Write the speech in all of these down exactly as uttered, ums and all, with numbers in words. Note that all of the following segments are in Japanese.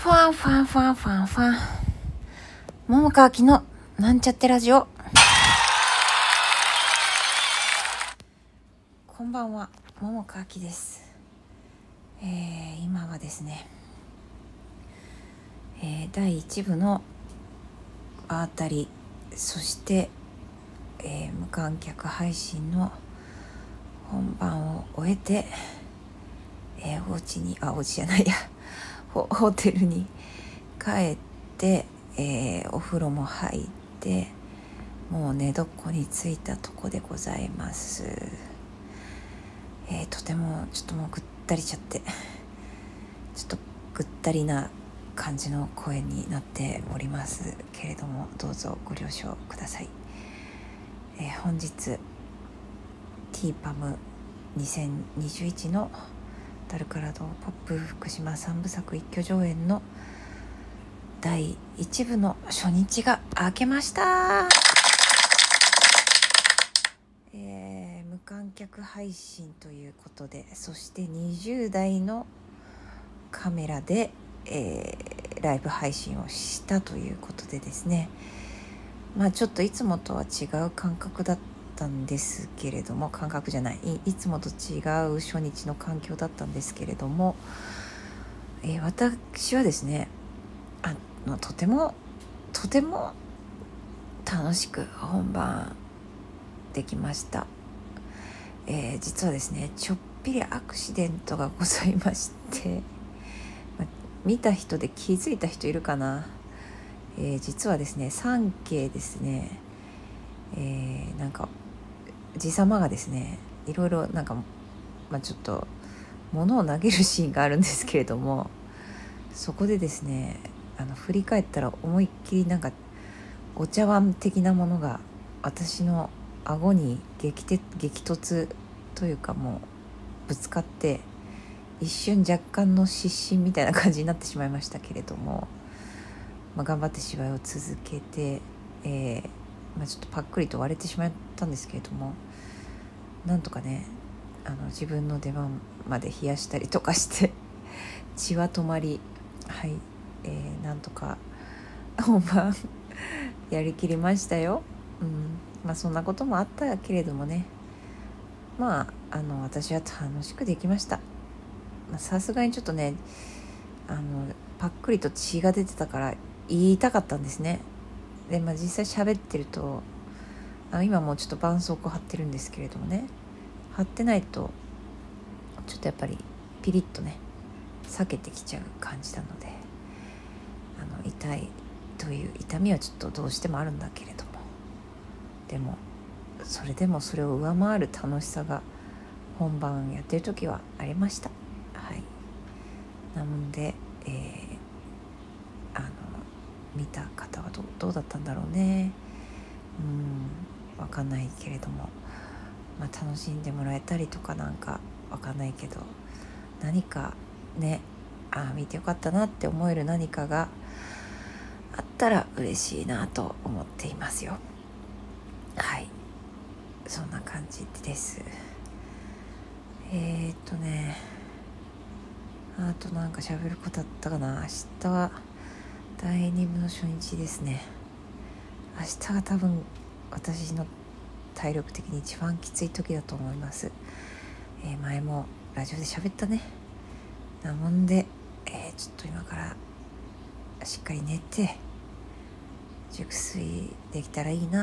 ファンファンファンファンファン桃川きのなんちゃってラジオ。こんばんは、桃川きです。えー、今はですね、えー、だいいち部の場あたり、そして、えー、無観客配信の本番を終えて、えー、お家にあお家じゃないやホ, ホテルに帰って、えー、お風呂も入ってもう寝床に着いたとこでございます。えー、とてもちょっともうぐったりちゃってちょっとぐったりな感じの声になっておりますけれども、どうぞご了承ください。えー、本日 ティーパムにせんにじゅういちのダルカラドポップ福島三部作一挙上演のだいいち部の初日が明けました。えー、無観客配信ということで、そしてにじゅうだいのカメラで、えー、ライブ配信をしたということでですね、まあちょっといつもとは違う感覚だったんですけれども、感覚じゃない い, いつもと違う初日の環境だったんですけれども、えー、私はですねあのとてもとても楽しく本番できました。えー、実はですねちょっぴりアクシデントがございまして、まあ、見た人で気づいた人いるかな。えー、実はですねさんけいですね、えー、なんか爺様がですねいろいろなんか、まあ、ちょっと物を投げるシーンがあるんですけれども、そこでですねあの振り返ったら思いっきりなんかお茶碗的なものが私の顎に激て激突というかもうぶつかって、一瞬若干の失神みたいな感じになってしまいましたけれども、まあ、頑張って芝居を続けて、えーまあ、ちょっとパックリと割れてしまったんですけれども、なんとかねあの自分の出番まで冷やしたりとかして血は止まり、はい、えー、なんとか本番やりきりましたよ。うん、まあそんなこともあったけれどもね、まああの私は楽しくできました。さすがにちょっとねあのパックリと血が出てたから言いたかったんですね。で、まあ、実際喋ってるとあの今もうちょっと絆創膏貼ってるんですけれどもね、貼ってないとちょっとやっぱりピリッとね避けてきちゃう感じなので、あの痛いという痛みはちょっとどうしてもあるんだけれども、でもそれでもそれを上回る楽しさが本番やってる時はありました。はい。なので、えー、あの見た方は ど, どうだったんだろうね。うん、わかんないけれども、まあ、楽しんでもらえたりとかなんかわかんないけど、何かねあ見てよかったなって思える何かがあったら嬉しいなと思っていますよ。はい、そんな感じです。えーっとねあとなんか喋ることあったかな。明日はだいに部の初日ですね。明日が多分私の体力的に一番きつい時だと思います。えー、前もラジオで喋ったね。なもんで、えー、ちょっと今からしっかり寝て熟睡できたらいいな。うん、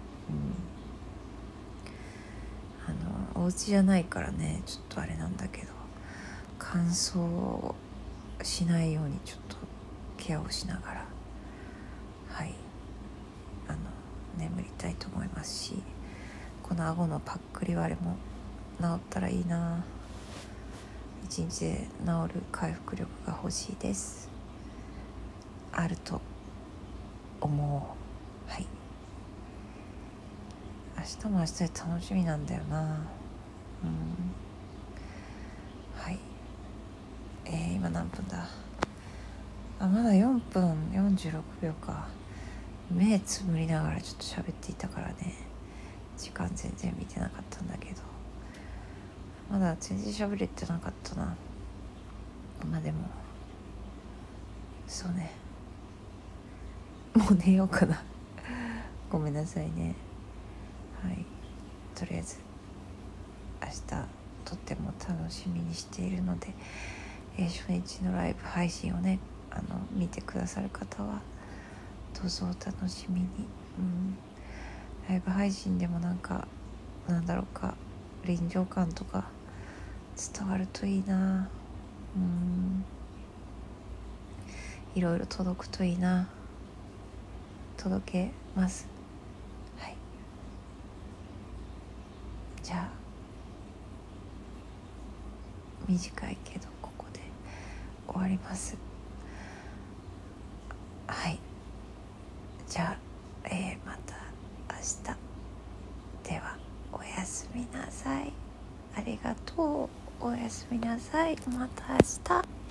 あのお家じゃないからねちょっとあれなんだけど、乾燥しないようにちょっとケアをしながら、はいあの眠りたいと思いますし、この顎のパックリ割れも治ったらいいな。一日で治る回復力が欲しいです。あると思う。はい、明日も明日で楽しみなんだよな。うん、はい、えー、今何分だ。あまだよんぷんよんじゅうろくびょうか。目つむりながらちょっと喋っていたからね時間全然見てなかったんだけど、まだ全然喋れてなかったな。まあでもそうね、もう寝ようかなごめんなさいね。はい、とりあえず明日とっても楽しみにしているので、えー、初日のライブ配信をね、あの見てくださる方はどうぞお楽しみに。うん、ライブ配信でもなんかなんだろうか、臨場感とか伝わるといいな。うん、いろいろ届くといいな。届けます。はい、じゃあ短いけどここで終わります。はい、じゃあ、えー、また明日ではおやすみなさい。ありがとう。おやすみなさい。また明日。